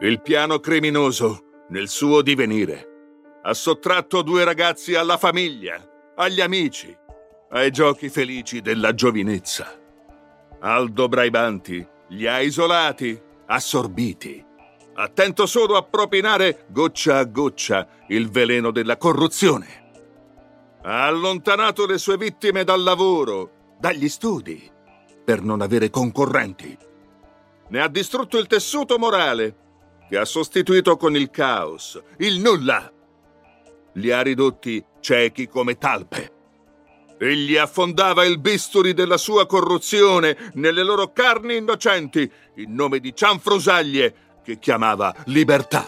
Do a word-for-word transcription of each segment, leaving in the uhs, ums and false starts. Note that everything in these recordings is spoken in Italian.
Il piano criminoso, nel suo divenire, ha sottratto due ragazzi alla famiglia, agli amici, ai giochi felici della giovinezza. Aldo Braibanti li ha isolati, assorbiti, attento solo a propinare goccia a goccia il veleno della corruzione. Ha allontanato le sue vittime dal lavoro, dagli studi, per non avere concorrenti. Ne ha distrutto il tessuto morale, che ha sostituito con il caos, il nulla. Li ha ridotti ciechi come talpe. Egli affondava il bisturi della sua corruzione nelle loro carni innocenti, in nome di cianfrusaglie che chiamava libertà.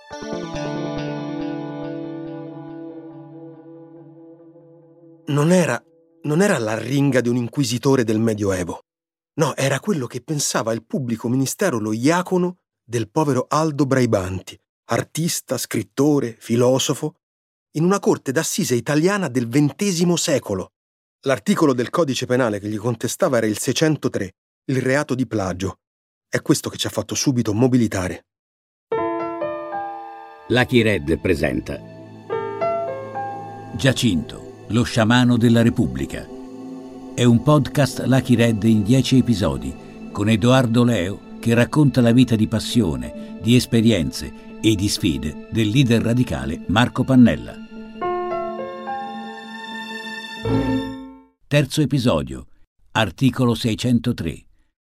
Non era, non era l'arringa di un inquisitore del Medioevo. No, era quello che pensava il pubblico ministero lo iacono del povero Aldo Braibanti, artista, scrittore, filosofo, in una corte d'assise italiana del ventesimo secolo. L'articolo del codice penale che gli contestava era il seicentotré, il reato di plagio. È questo che ci ha fatto subito mobilitare. Lucky Red presenta Giacinto, lo sciamano della Repubblica. È un podcast Lucky Red in dieci episodi, con Edoardo Leo che racconta la vita di passione, di esperienze e di sfide del leader radicale Marco Pannella. Terzo episodio, articolo seicentotré.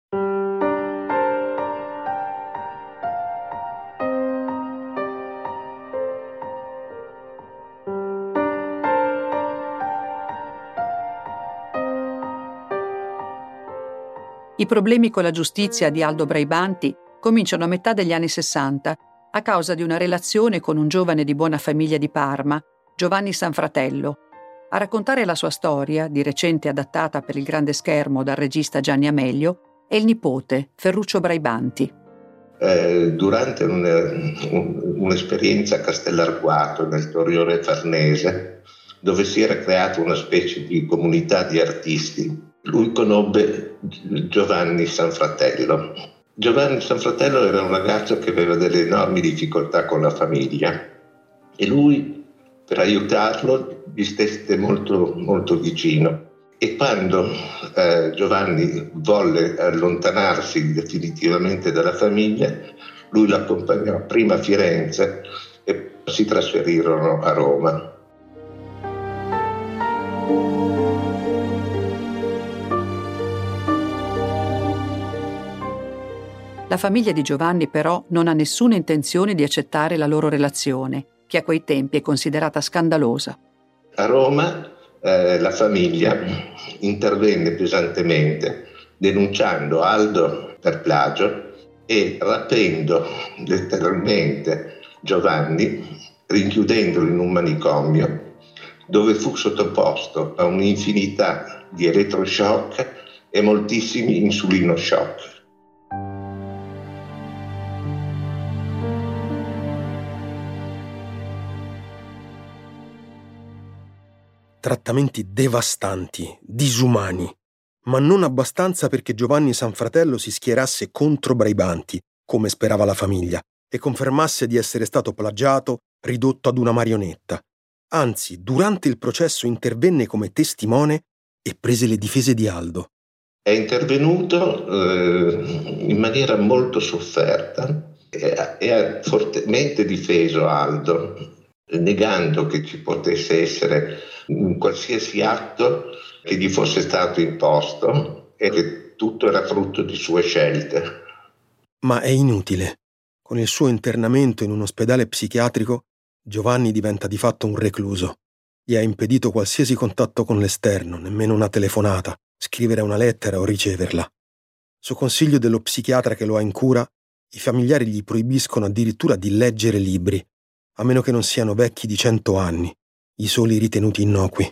I problemi con la giustizia di Aldo Braibanti cominciano a metà degli anni sessanta a causa di una relazione con un giovane di buona famiglia di Parma, Giovanni Sanfratello. A raccontare la sua storia, di recente adattata per il grande schermo dal regista Gianni Amelio, è il nipote, Ferruccio Braibanti. Eh, durante un, un, un'esperienza a Castellarguato, nel Torrione Farnese, dove si era creata una specie di comunità di artisti, lui conobbe Giovanni Sanfratello. Giovanni Sanfratello era un ragazzo che aveva delle enormi difficoltà con la famiglia e lui, per aiutarlo, gli stette molto, molto vicino. E quando eh, Giovanni volle allontanarsi definitivamente dalla famiglia, lui lo accompagnò prima a Firenze e poi si trasferirono a Roma. La famiglia di Giovanni però non ha nessuna intenzione di accettare la loro relazione, che a quei tempi è considerata scandalosa. A Roma eh, la famiglia intervenne pesantemente, denunciando Aldo per plagio e rapendo letteralmente Giovanni, rinchiudendolo in un manicomio, dove fu sottoposto a un'infinità di elettroshock e moltissimi insulinoshock. Trattamenti devastanti, disumani, ma non abbastanza perché Giovanni Sanfratello si schierasse contro Braibanti, come sperava la famiglia, e confermasse di essere stato plagiato, ridotto ad una marionetta. Anzi, durante il processo intervenne come testimone e prese le difese di Aldo. È intervenuto eh, in maniera molto sofferta e, e ha fortemente difeso Aldo, negando che ci potesse essere un qualsiasi atto che gli fosse stato imposto e che tutto era frutto di sue scelte. Ma è inutile. Con il suo internamento in un ospedale psichiatrico, Giovanni diventa di fatto un recluso. Gli ha impedito qualsiasi contatto con l'esterno, nemmeno una telefonata, scrivere una lettera o riceverla. Su consiglio dello psichiatra che lo ha in cura, i familiari gli proibiscono addirittura di leggere libri, a meno che non siano vecchi di cento anni, i soli ritenuti innocui.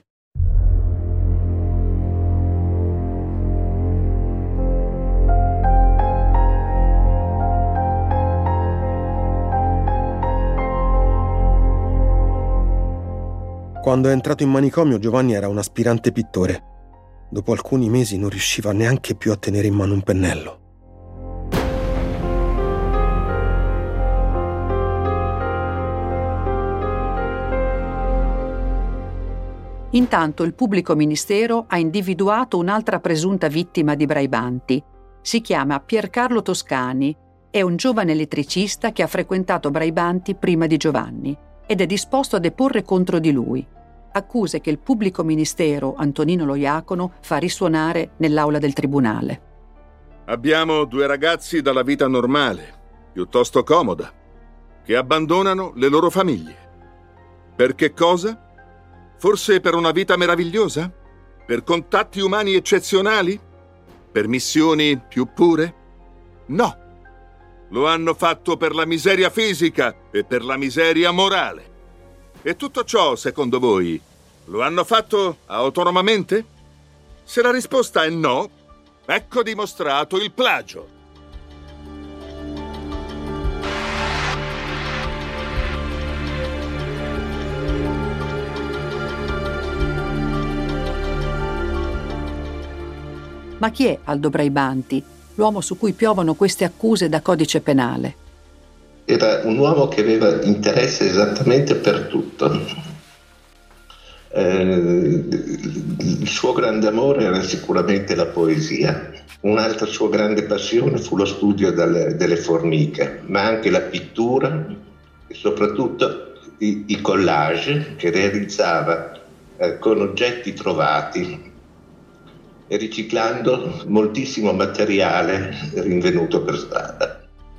Quando è entrato in manicomio, Giovanni era un aspirante pittore. Dopo alcuni mesi non riusciva neanche più a tenere in mano un pennello. Intanto il pubblico ministero ha individuato un'altra presunta vittima di Braibanti. Si chiama Piercarlo Toscani, è un giovane elettricista che ha frequentato Braibanti prima di Giovanni ed è disposto a deporre contro di lui. Accuse che il pubblico ministero, Antonino Lo Iacono, fa risuonare nell'aula del tribunale. Abbiamo due ragazzi dalla vita normale, piuttosto comoda, che abbandonano le loro famiglie. Per che cosa? Forse per una vita meravigliosa? Per contatti umani eccezionali? Per missioni più pure? No. Lo hanno fatto per la miseria fisica e per la miseria morale. E tutto ciò, secondo voi, lo hanno fatto autonomamente? Se la risposta è no, ecco dimostrato il plagio. Ma chi è Aldo Braibanti, l'uomo su cui piovono queste accuse da codice penale? Era un uomo che aveva interesse esattamente per tutto. Eh, il suo grande amore era sicuramente la poesia. Un'altra sua grande passione fu lo studio delle, delle formiche, ma anche la pittura e soprattutto i, i collage che realizzava eh, con oggetti trovati e riciclando moltissimo materiale rinvenuto per strada.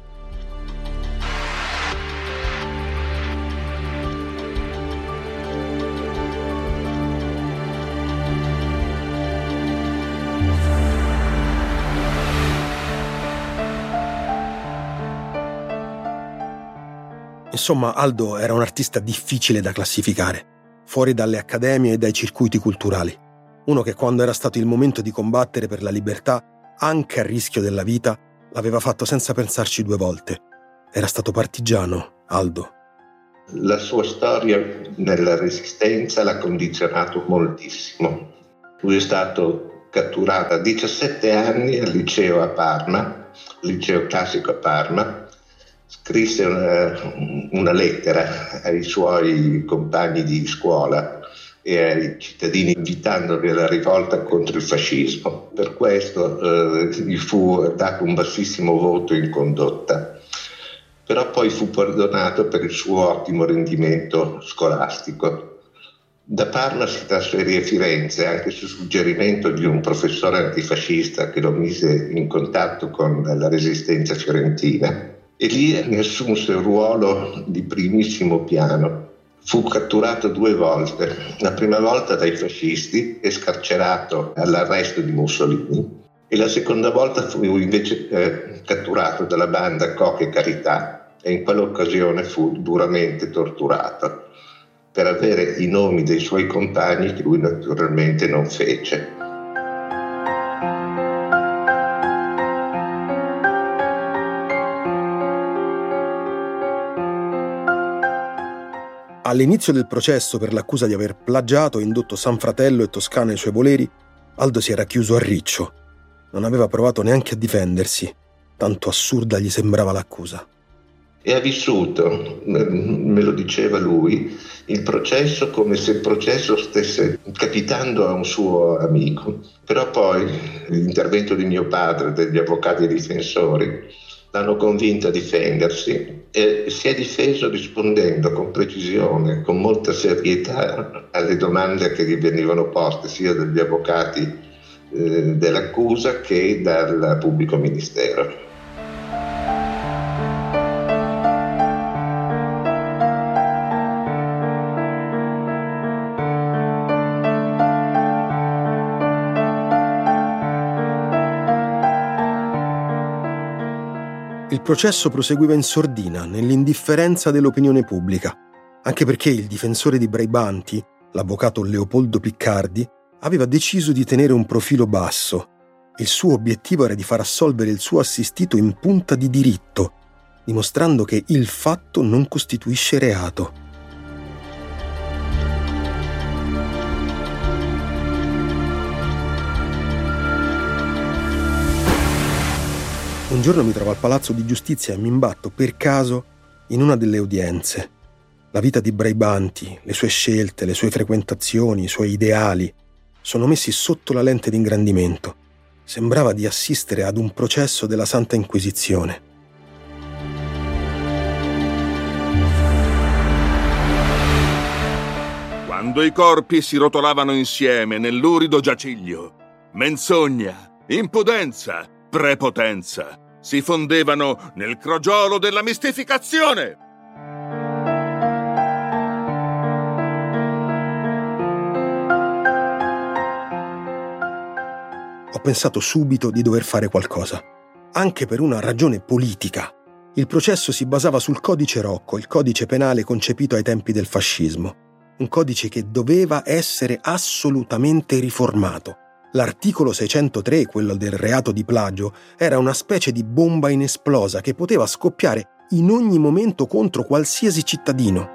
Insomma, Aldo era un artista difficile da classificare, fuori dalle accademie e dai circuiti culturali. Uno che quando era stato il momento di combattere per la libertà, anche a rischio della vita, l'aveva fatto senza pensarci due volte. Era stato partigiano, Aldo. La sua storia nella resistenza l'ha condizionato moltissimo. Lui è stato catturato a diciassette anni al liceo a Parma, liceo classico a Parma. Scrisse una, una lettera ai suoi compagni di scuola e ai cittadini invitandoli alla rivolta contro il fascismo. Per questo eh, gli fu dato un bassissimo voto in condotta, però poi fu perdonato per il suo ottimo rendimento scolastico. Da Parma si trasferì a Firenze anche su suggerimento di un professore antifascista che lo mise in contatto con la resistenza fiorentina e lì ne assunse un ruolo di primissimo piano. Fu catturato due volte, la prima volta dai fascisti e scarcerato all'arresto di Mussolini e la seconda volta fu invece eh, catturato dalla banda Coca e Carità e in quell'occasione fu duramente torturato per avere i nomi dei suoi compagni che lui naturalmente non fece. All'inizio del processo per l'accusa di aver plagiato e indotto Sanfratello e Toscana ai suoi voleri, Aldo si era chiuso a riccio. Non aveva provato neanche a difendersi, tanto assurda gli sembrava l'accusa. E ha vissuto, me lo diceva lui, il processo come se il processo stesse capitando a un suo amico. Però poi l'intervento di mio padre, degli avvocati e difensori, l'hanno convinto a difendersi e si è difeso rispondendo con precisione, con molta serietà alle domande che gli venivano poste sia dagli avvocati eh, dell'accusa che dal pubblico ministero. Il processo proseguiva in sordina, nell'indifferenza dell'opinione pubblica, anche perché il difensore di Braibanti, l'avvocato Leopoldo Piccardi, aveva deciso di tenere un profilo basso. Il suo obiettivo era di far assolvere il suo assistito in punta di diritto, dimostrando che il fatto non costituisce reato. Un giorno mi trovo al Palazzo di Giustizia e mi imbatto per caso in una delle udienze. La vita di Braibanti, le sue scelte, le sue frequentazioni, i suoi ideali sono messi sotto la lente d'ingrandimento. Sembrava di assistere ad un processo della Santa Inquisizione. Quando i corpi si rotolavano insieme nell'urido giaciglio, menzogna, impudenza, prepotenza si fondevano nel crogiolo della mistificazione. Ho pensato subito di dover fare qualcosa, anche per una ragione politica. Il processo si basava sul codice Rocco, il codice penale concepito ai tempi del fascismo. Un codice che doveva essere assolutamente riformato. L'articolo seicentotré, quello del reato di plagio, era una specie di bomba inesplosa che poteva scoppiare in ogni momento contro qualsiasi cittadino.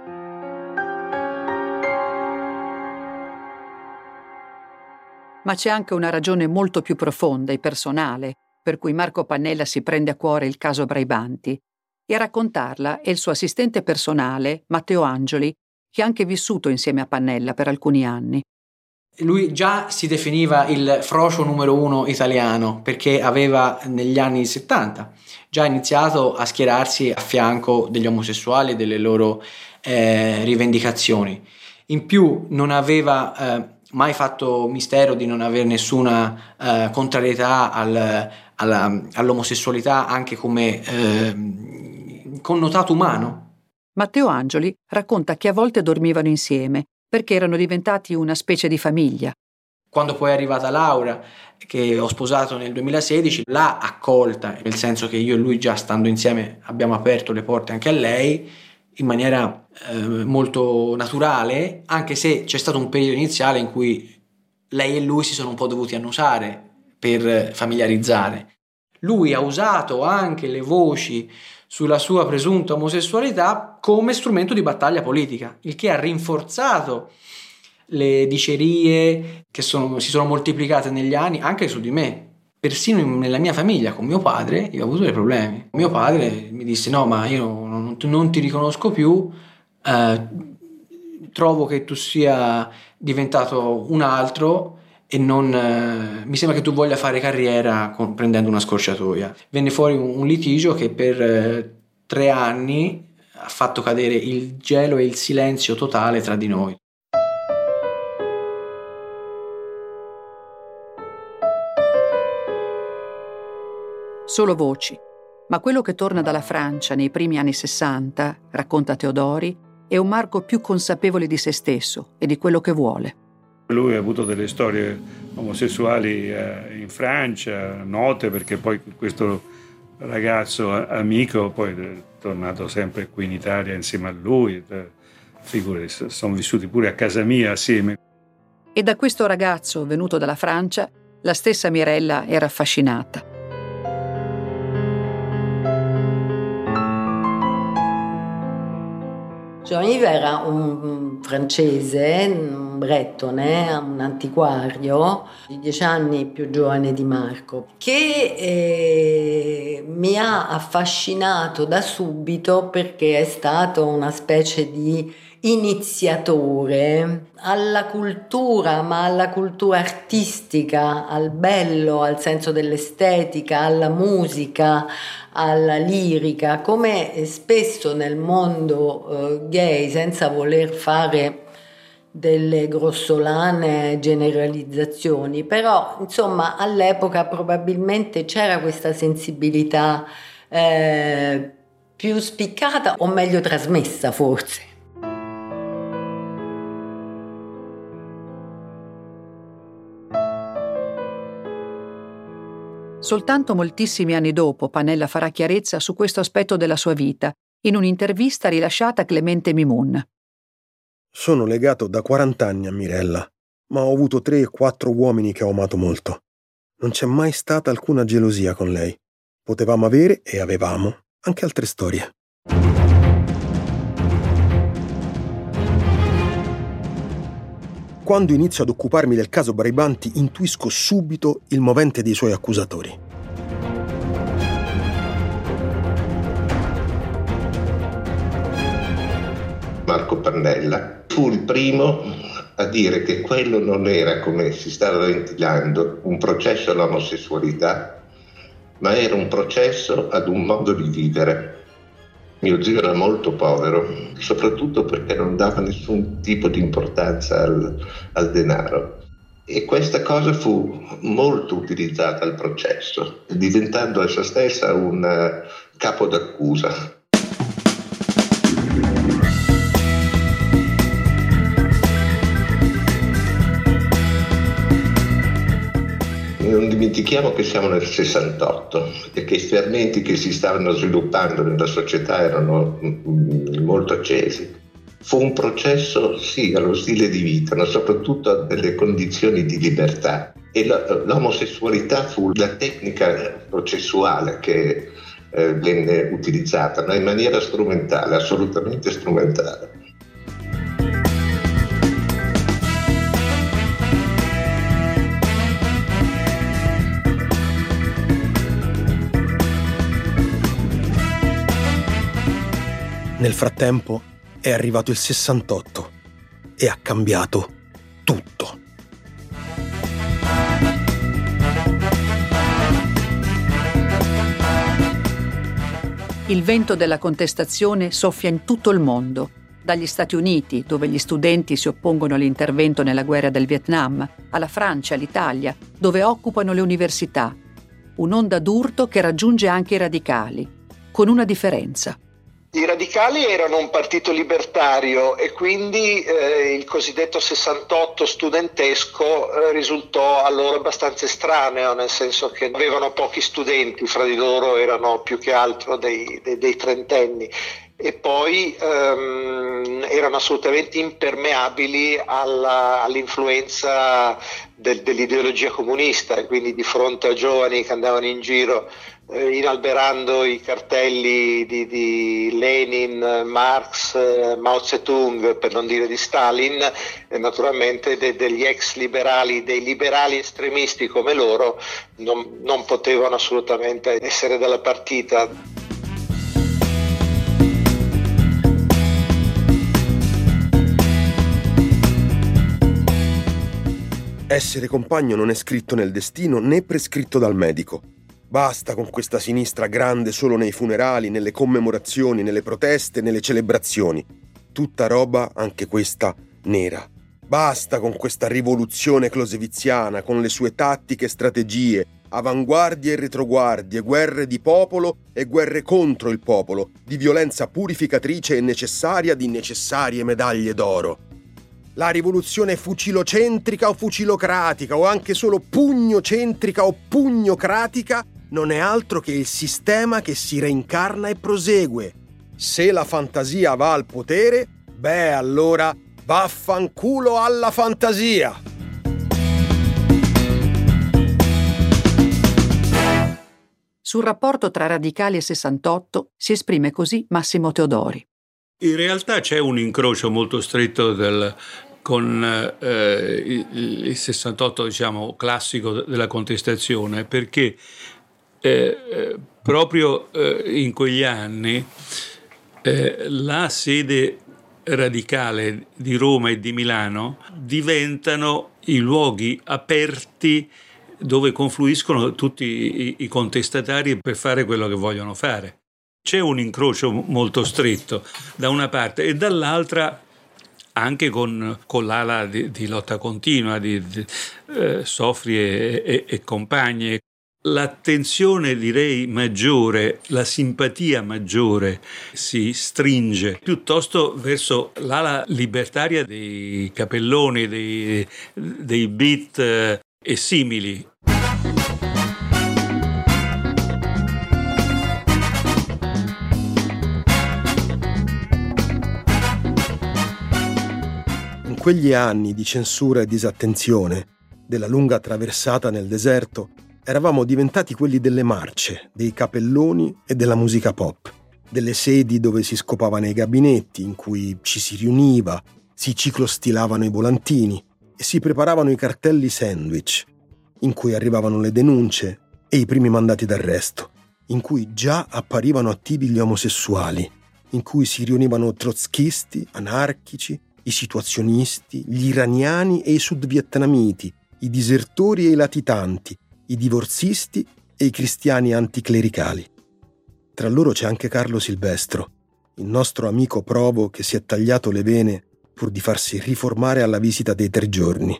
Ma c'è anche una ragione molto più profonda e personale per cui Marco Pannella si prende a cuore il caso Braibanti, e a raccontarla è il suo assistente personale, Matteo Angioli, che ha anche vissuto insieme a Pannella per alcuni anni. Lui già si definiva il frocio numero uno italiano perché aveva negli anni settanta già iniziato a schierarsi a fianco degli omosessuali e delle loro eh, rivendicazioni. In più non aveva eh, mai fatto mistero di non avere nessuna eh, contrarietà al, alla, all'omosessualità anche come eh, connotato umano. Matteo Angioli racconta che a volte dormivano insieme perché erano diventati una specie di famiglia. Quando poi è arrivata Laura, che ho sposato nel duemilasedici, l'ha accolta, nel senso che io e lui già stando insieme abbiamo aperto le porte anche a lei in maniera eh, molto naturale, anche se c'è stato un periodo iniziale in cui lei e lui si sono un po' dovuti annusare per familiarizzare. Lui ha usato anche le voci sulla sua presunta omosessualità come strumento di battaglia politica, il che ha rinforzato le dicerie che sono, si sono moltiplicate negli anni anche su di me. Persino nella mia famiglia, con mio padre, io ho avuto dei problemi. Mio padre mi disse: no, ma io non, non ti riconosco più, eh, trovo che tu sia diventato un altro e non eh, mi sembra che tu voglia fare carriera con, prendendo una scorciatoia. Venne fuori un, un litigio che per eh, tre anni ha fatto cadere il gelo e il silenzio totale tra di noi. Solo voci, ma quello che torna dalla Francia nei primi anni sessanta, racconta Teodori, è un Marco più consapevole di se stesso e di quello che vuole. Lui ha avuto delle storie omosessuali eh, in Francia, note, perché poi questo ragazzo amico poi è tornato sempre qui in Italia insieme a lui, figurati, sono vissuti pure a casa mia assieme. E da questo ragazzo venuto dalla Francia la stessa Mirella era affascinata. Jean-Yves era un francese, un bretone, un antiquario, di dieci anni più giovane di Marco, che eh, mi ha affascinato da subito perché è stato una specie di iniziatore alla cultura, ma alla cultura artistica, al bello, al senso dell'estetica, alla musica, alla lirica, come spesso nel mondo eh, gay, senza voler fare delle grossolane generalizzazioni, però insomma all'epoca probabilmente c'era questa sensibilità eh, più spiccata o meglio trasmessa forse. Soltanto moltissimi anni dopo Pannella farà chiarezza su questo aspetto della sua vita, in un'intervista rilasciata a Clemente Mimun. Sono legato da quaranta anni a Mirella, ma ho avuto tre o quattro uomini che ho amato molto. Non c'è mai stata alcuna gelosia con lei. Potevamo avere, e avevamo, anche altre storie. Quando inizio ad occuparmi del caso Braibanti, intuisco subito il movente dei suoi accusatori. Marco Pannella, fu il primo a dire che quello non era, come si stava ventilando, un processo all'omosessualità, ma era un processo ad un modo di vivere. Mio zio era molto povero, soprattutto perché non dava nessun tipo di importanza al, al denaro. E questa cosa fu molto utilizzata al processo, diventando essa stessa un uh, capo d'accusa. Non dimentichiamo che siamo nel sessantotto e che i fermenti che si stavano sviluppando nella società erano molto accesi. Fu un processo, sì, allo stile di vita, ma soprattutto a delle condizioni di libertà. E l'omosessualità fu la tecnica processuale che eh, venne utilizzata, ma in maniera strumentale, assolutamente strumentale. Nel frattempo è arrivato il sessantotto e ha cambiato tutto. Il vento della contestazione soffia in tutto il mondo, dagli Stati Uniti, dove gli studenti si oppongono all'intervento nella guerra del Vietnam, alla Francia, all'Italia, dove occupano le università. Un'onda d'urto che raggiunge anche i radicali, con una differenza. I radicali erano un partito libertario e quindi eh, il cosiddetto sessantotto studentesco eh, risultò a loro abbastanza estraneo, nel senso che avevano pochi studenti, fra di loro erano più che altro dei, dei, dei trentenni. E poi ehm, erano assolutamente impermeabili alla, all'influenza del, dell'ideologia comunista, e quindi di fronte a giovani che andavano in giro eh, inalberando i cartelli di, di Lenin, Marx, eh, Mao Zedong, per non dire di Stalin, e naturalmente de, degli ex liberali, dei liberali estremisti come loro, non, non potevano assolutamente essere dalla partita. Essere compagno non è scritto nel destino né prescritto dal medico. Basta con questa sinistra grande solo nei funerali, nelle commemorazioni, nelle proteste, nelle celebrazioni. Tutta roba, anche questa, nera. Basta con questa rivoluzione clausewitziana, con le sue tattiche e strategie, avanguardie e retroguardie, guerre di popolo e guerre contro il popolo, di violenza purificatrice e necessaria di necessarie medaglie d'oro. La rivoluzione fucilocentrica o fucilocratica o anche solo pugnocentrica o pugnocratica non è altro che il sistema che si reincarna e prosegue. Se la fantasia va al potere, beh allora vaffanculo alla fantasia! Sul rapporto tra radicali e sessantotto si esprime così Massimo Teodori. In realtà c'è un incrocio molto stretto del, con eh, il, il sessantotto, diciamo, classico della contestazione, perché eh, proprio eh, in quegli anni eh, la sede radicale di Roma e di Milano diventano i luoghi aperti dove confluiscono tutti i, i contestatari per fare quello che vogliono fare. C'è un incrocio molto stretto da una parte e dall'altra anche con, con l'ala di, di lotta continua di, di eh, Sofri e, e, e compagni. L'attenzione, direi, maggiore, la simpatia maggiore si stringe piuttosto verso l'ala libertaria dei Capelloni, dei, dei Beat eh, e simili. In quegli anni di censura e disattenzione, della lunga traversata nel deserto, eravamo diventati quelli delle marce, dei capelloni e della musica pop, delle sedi dove si scopavano i gabinetti, in cui ci si riuniva, si ciclostilavano i volantini e si preparavano i cartelli sandwich, in cui arrivavano le denunce e i primi mandati d'arresto, in cui già apparivano attivi gli omosessuali, in cui si riunivano trotskisti, anarchici, i situazionisti, gli iraniani e i sudvietnamiti, i disertori e i latitanti, i divorzisti e i cristiani anticlericali. Tra loro c'è anche Carlo Silvestro, il nostro amico provo che si è tagliato le vene pur di farsi riformare alla visita dei tre giorni.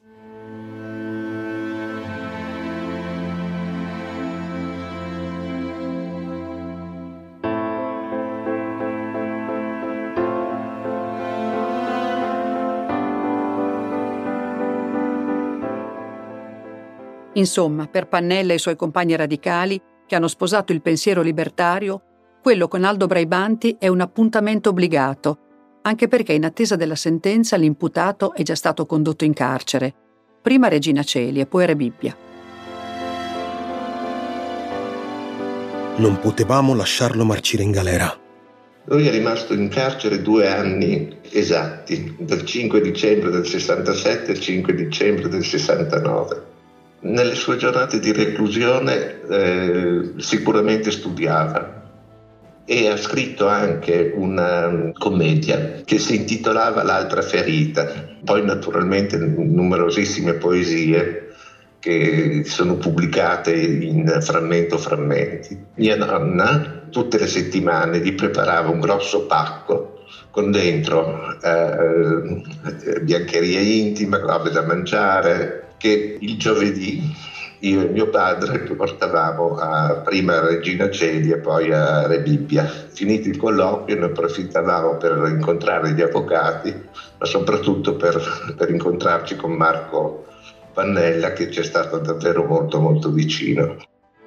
Insomma, per Pannella e i suoi compagni radicali, che hanno sposato il pensiero libertario, quello con Aldo Braibanti è un appuntamento obbligato, anche perché in attesa della sentenza l'imputato è già stato condotto in carcere, prima a Regina Coeli e poi a Rebibbia. Non potevamo lasciarlo marcire in galera. Lui è rimasto in carcere due anni esatti, dal cinque dicembre del sessantasette al cinque dicembre del sessantanove. Nelle sue giornate di reclusione eh, sicuramente studiava e ha scritto anche una commedia che si intitolava L'altra ferita, poi naturalmente numerosissime poesie che sono pubblicate in frammento frammenti. Mia nonna tutte le settimane gli preparava un grosso pacco con dentro eh, biancheria intima, robe da mangiare, che il giovedì io e mio padre portavamo a, prima a Regina Coeli e poi a Rebibbia. Finito il colloquio ne approfittavamo per incontrare gli avvocati, ma soprattutto per, per incontrarci con Marco Pannella, che ci è stato davvero molto molto vicino.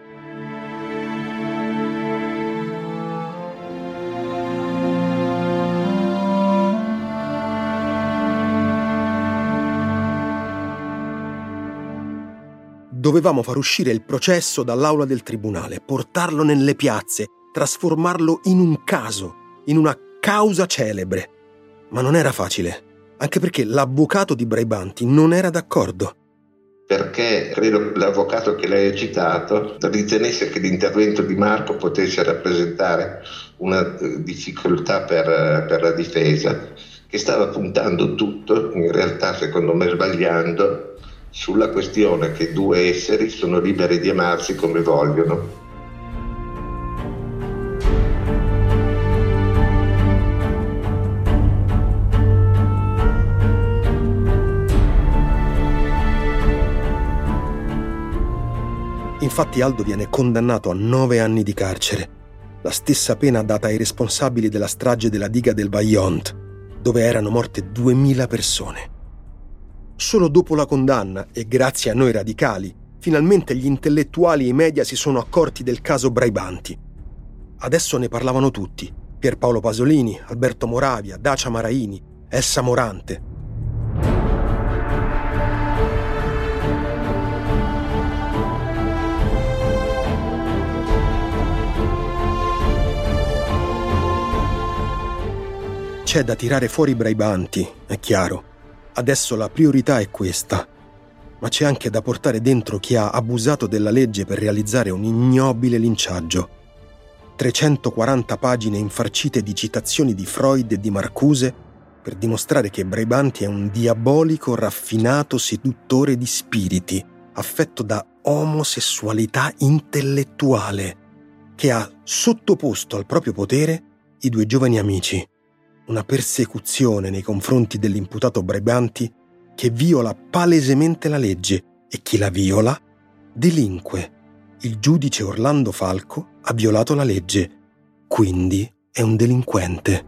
Dovevamo far uscire il processo dall'aula del tribunale, portarlo nelle piazze, trasformarlo in un caso, in una causa celebre. Ma non era facile, anche perché l'avvocato di Braibanti non era d'accordo. Perché credo che l'avvocato che lei ha citato ritenesse che l'intervento di Marco potesse rappresentare una difficoltà per, per la difesa, che stava puntando tutto, in realtà secondo me sbagliando, sulla questione che due esseri sono liberi di amarsi come vogliono. Infatti Aldo viene condannato a nove anni di carcere, la stessa pena data ai responsabili della strage della diga del Vajont, dove erano morte duemila persone. Solo dopo la condanna, e grazie a noi radicali, finalmente gli intellettuali e i media si sono accorti del caso Braibanti. Adesso ne parlavano tutti: Pierpaolo Pasolini, Alberto Moravia, Dacia Maraini, Elsa Morante. C'è da tirare fuori Braibanti, è chiaro. Adesso la priorità è questa, ma c'è anche da portare dentro chi ha abusato della legge per realizzare un ignobile linciaggio. trecentoquaranta pagine infarcite di citazioni di Freud e di Marcuse per dimostrare che Braibanti è un diabolico raffinato seduttore di spiriti, affetto da omosessualità intellettuale, che ha sottoposto al proprio potere i due giovani amici. Una persecuzione nei confronti dell'imputato Braibanti che viola palesemente la legge e chi la viola delinque. Il giudice Orlando Falco ha violato la legge, quindi è un delinquente.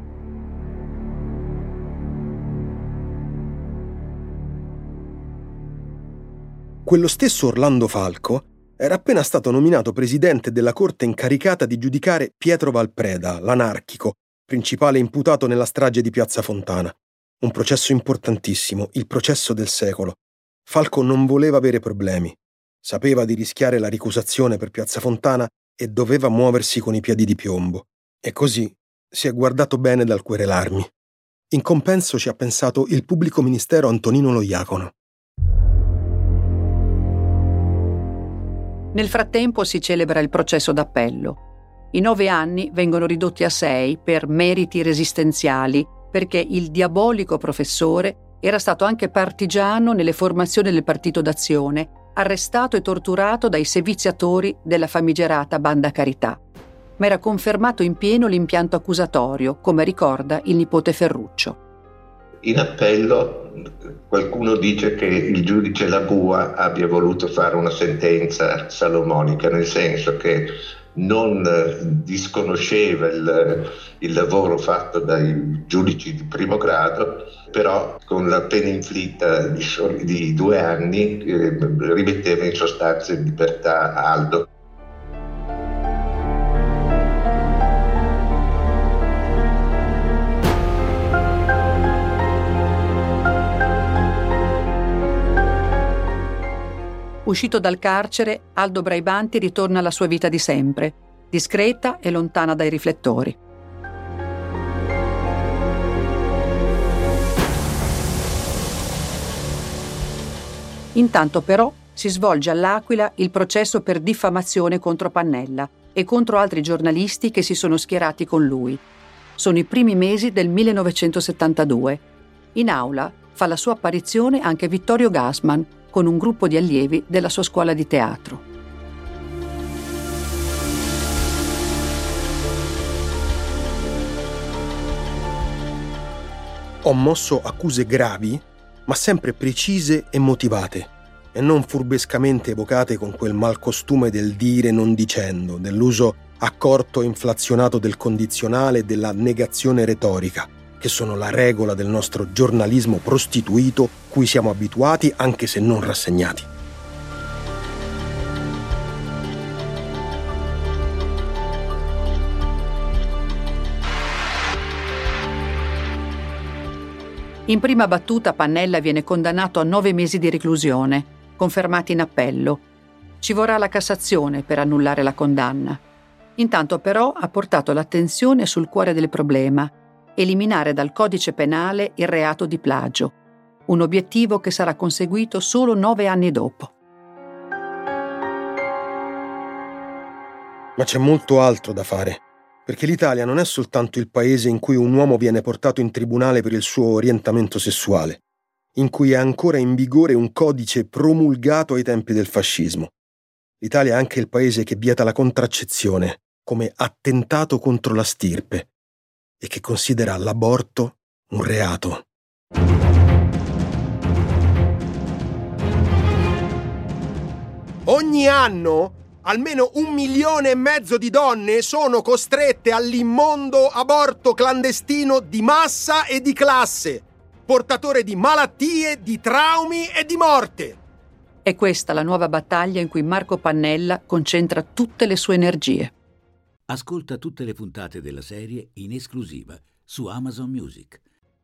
Quello stesso Orlando Falco era appena stato nominato presidente della corte incaricata di giudicare Pietro Valpreda, l'anarchico, principale imputato nella strage di Piazza Fontana. Un processo importantissimo, il processo del secolo. Falco non voleva avere problemi. Sapeva di rischiare la ricusazione per Piazza Fontana e doveva muoversi con i piedi di piombo. E così si è guardato bene dal querelarmi. In compenso ci ha pensato il pubblico ministero Antonino Loiacono. Nel frattempo si celebra il processo d'appello. I nove anni vengono ridotti a sei per meriti resistenziali, perché il diabolico professore era stato anche partigiano nelle formazioni del Partito d'Azione, arrestato e torturato dai seviziatori della famigerata Banda Carità. Ma era confermato in pieno l'impianto accusatorio, come ricorda il nipote Ferruccio. In appello qualcuno dice che il giudice Labua abbia voluto fare una sentenza salomonica, nel senso che non disconosceva il, il lavoro fatto dai giudici di primo grado, però con la pena inflitta di, soli, di due anni eh, rimetteva in sostanza in libertà Aldo. Uscito dal carcere, Aldo Braibanti ritorna alla sua vita di sempre, discreta e lontana dai riflettori. Intanto però si svolge all'Aquila il processo per diffamazione contro Pannella e contro altri giornalisti che si sono schierati con lui. Sono i primi mesi del millenovecentosettantadue. In aula fa la sua apparizione anche Vittorio Gassman, con un gruppo di allievi della sua scuola di teatro. Ho mosso accuse gravi, ma sempre precise e motivate, e non furbescamente evocate con quel malcostume del dire non dicendo, dell'uso accorto e inflazionato del condizionale e della negazione retorica, che sono la regola del nostro giornalismo prostituito cui siamo abituati anche se non rassegnati. In prima battuta Pannella viene condannato a nove mesi di reclusione, confermati in appello. Ci vorrà la Cassazione per annullare la condanna. Intanto però ha portato l'attenzione sul cuore del problema: eliminare dal codice penale il reato di plagio, un obiettivo che sarà conseguito solo nove anni dopo. Ma c'è molto altro da fare, perché l'Italia non è soltanto il paese in cui un uomo viene portato in tribunale per il suo orientamento sessuale, in cui è ancora in vigore un codice promulgato ai tempi del fascismo. L'Italia è anche il paese che vieta la contraccezione come attentato contro la stirpe e che considera l'aborto un reato. Ogni anno almeno un milione e mezzo di donne sono costrette all'immondo aborto clandestino di massa e di classe, portatore di malattie, di traumi e di morte. È questa la nuova battaglia in cui Marco Pannella concentra tutte le sue energie. Ascolta tutte le puntate della serie in esclusiva su Amazon Music.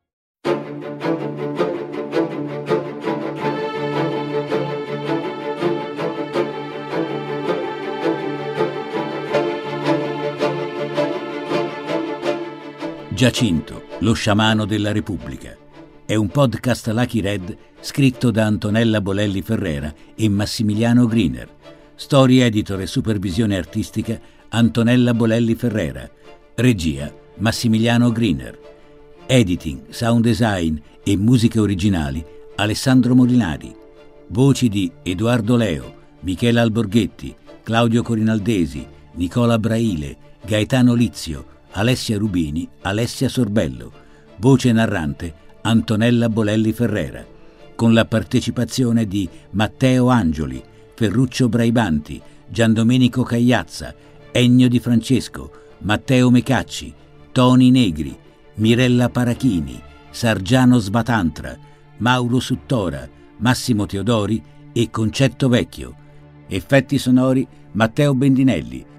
Giacinto, lo sciamano della Repubblica. È un podcast Lucky Red scritto da Antonella Bolelli Ferrera e Massimiliano Griner. Storia, editore e supervisione artistica Antonella Bolelli Ferrera. Regia Massimiliano Griner. Editing, sound design e musiche originali Alessandro Molinari. Voci di Edoardo Leo, Michela Alborghetti, Claudio Corinaldesi, Nicola Braile, Gaetano Lizio, Alessia Rubini, Alessia Sorbello. Voce narrante Antonella Bolelli Ferrera, con la partecipazione di Matteo Angioli, Ferruccio Braibanti, Giandomenico Cagliazza, Ennio Di Francesco, Matteo Mecacci, Toni Negri, Mirella Parachini, Sargiano Sbatantra, Mauro Suttora, Massimo Teodori e Concetto Vecchio. Effetti sonori Matteo Bendinelli,